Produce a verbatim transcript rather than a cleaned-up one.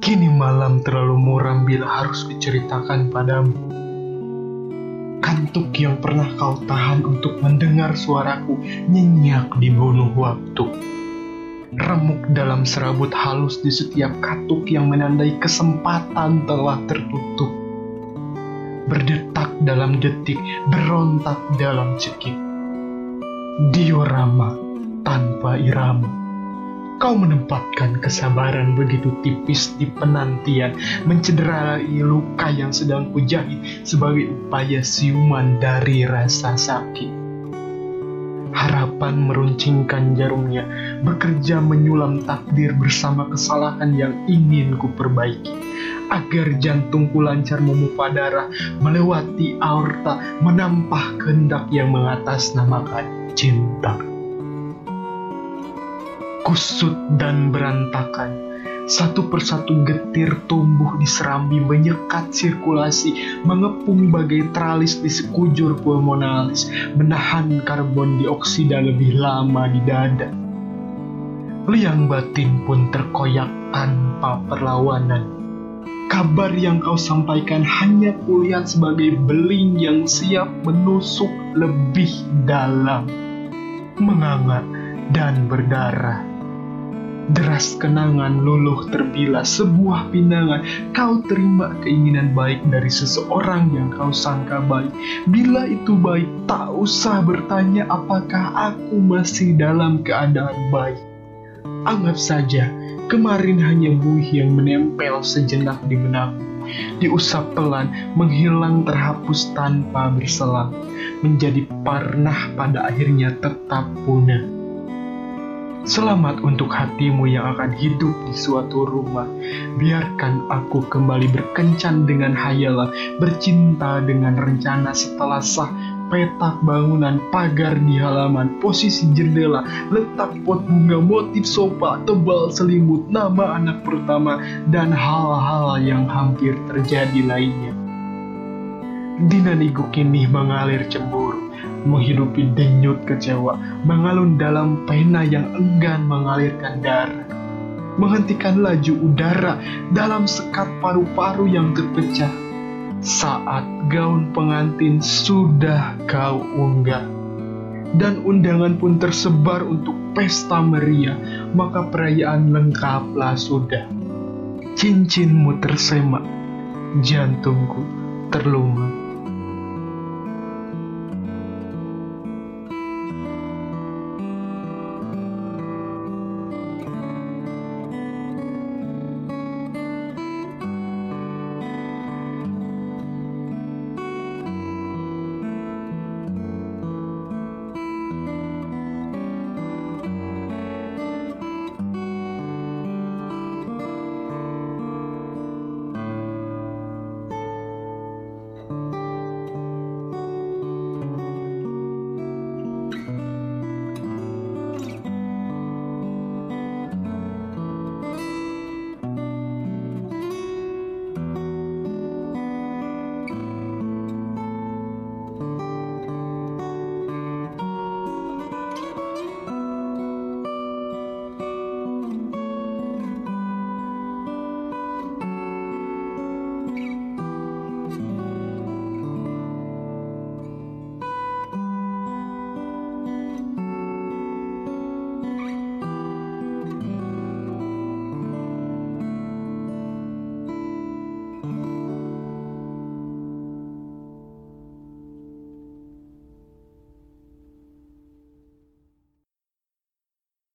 Kini malam terlalu muram bila harus diceritakan padamu. Kantuk yang pernah kau tahan untuk mendengar suaraku nyenyak dibunuh waktu. Remuk dalam serabut halus di setiap katuk yang menandai kesempatan telah tertutup. Berdetak dalam detik, berontak dalam cekik. Diorama tanpa irama. Kau menempatkan kesabaran begitu tipis di penantian, mencederai luka yang sedang kujahit sebagai upaya siuman dari rasa sakit. Harapan meruncingkan jarumnya, bekerja menyulam takdir bersama kesalahan yang ingin kuperbaiki, agar jantungku lancar memompa darah, melewati aorta, menampah kehendak yang mengatasnamakan cinta. Kusut dan berantakan, satu persatu getir tumbuh di serambi menyekat sirkulasi, mengepung bagai teralis di sekujur pulmonalis, menahan karbon dioksida lebih lama di dada. Liang batin pun terkoyak tanpa perlawanan. Kabar yang kau sampaikan hanya kulihat sebagai beling yang siap menusuk lebih dalam, menganga dan berdarah. Deras kenangan luluh terbilas, sebuah pinangan. Kau terima keinginan baik dari seseorang yang kau sangka baik. Bila itu baik, tak usah bertanya apakah aku masih dalam keadaan baik. Anggap saja kemarin hanya buih yang menempel sejenak di benakku, diusap pelan, menghilang terhapus tanpa berselang, menjadi parnah pada akhirnya tetap punah. Selamat untuk hatimu yang akan hidup di suatu rumah. Biarkan aku kembali berkencan dengan hayalan, bercinta dengan rencana setelah sah petak bangunan, pagar di halaman, posisi jendela, letak pot bunga, motif sofa, tebal selimut, nama anak pertama, dan hal-hal yang hampir terjadi lainnya. Dinaniku kini mengalir cemburu, menghidupi denyut kecewa, mengalun dalam pena yang enggan mengalirkan darah, menghentikan laju udara dalam sekat paru-paru yang terpecah. Saat gaun pengantin sudah kau unggah, dan undangan pun tersebar untuk pesta meriah, maka perayaan lengkaplah sudah. Cincinmu tersemak, jantungku terluka.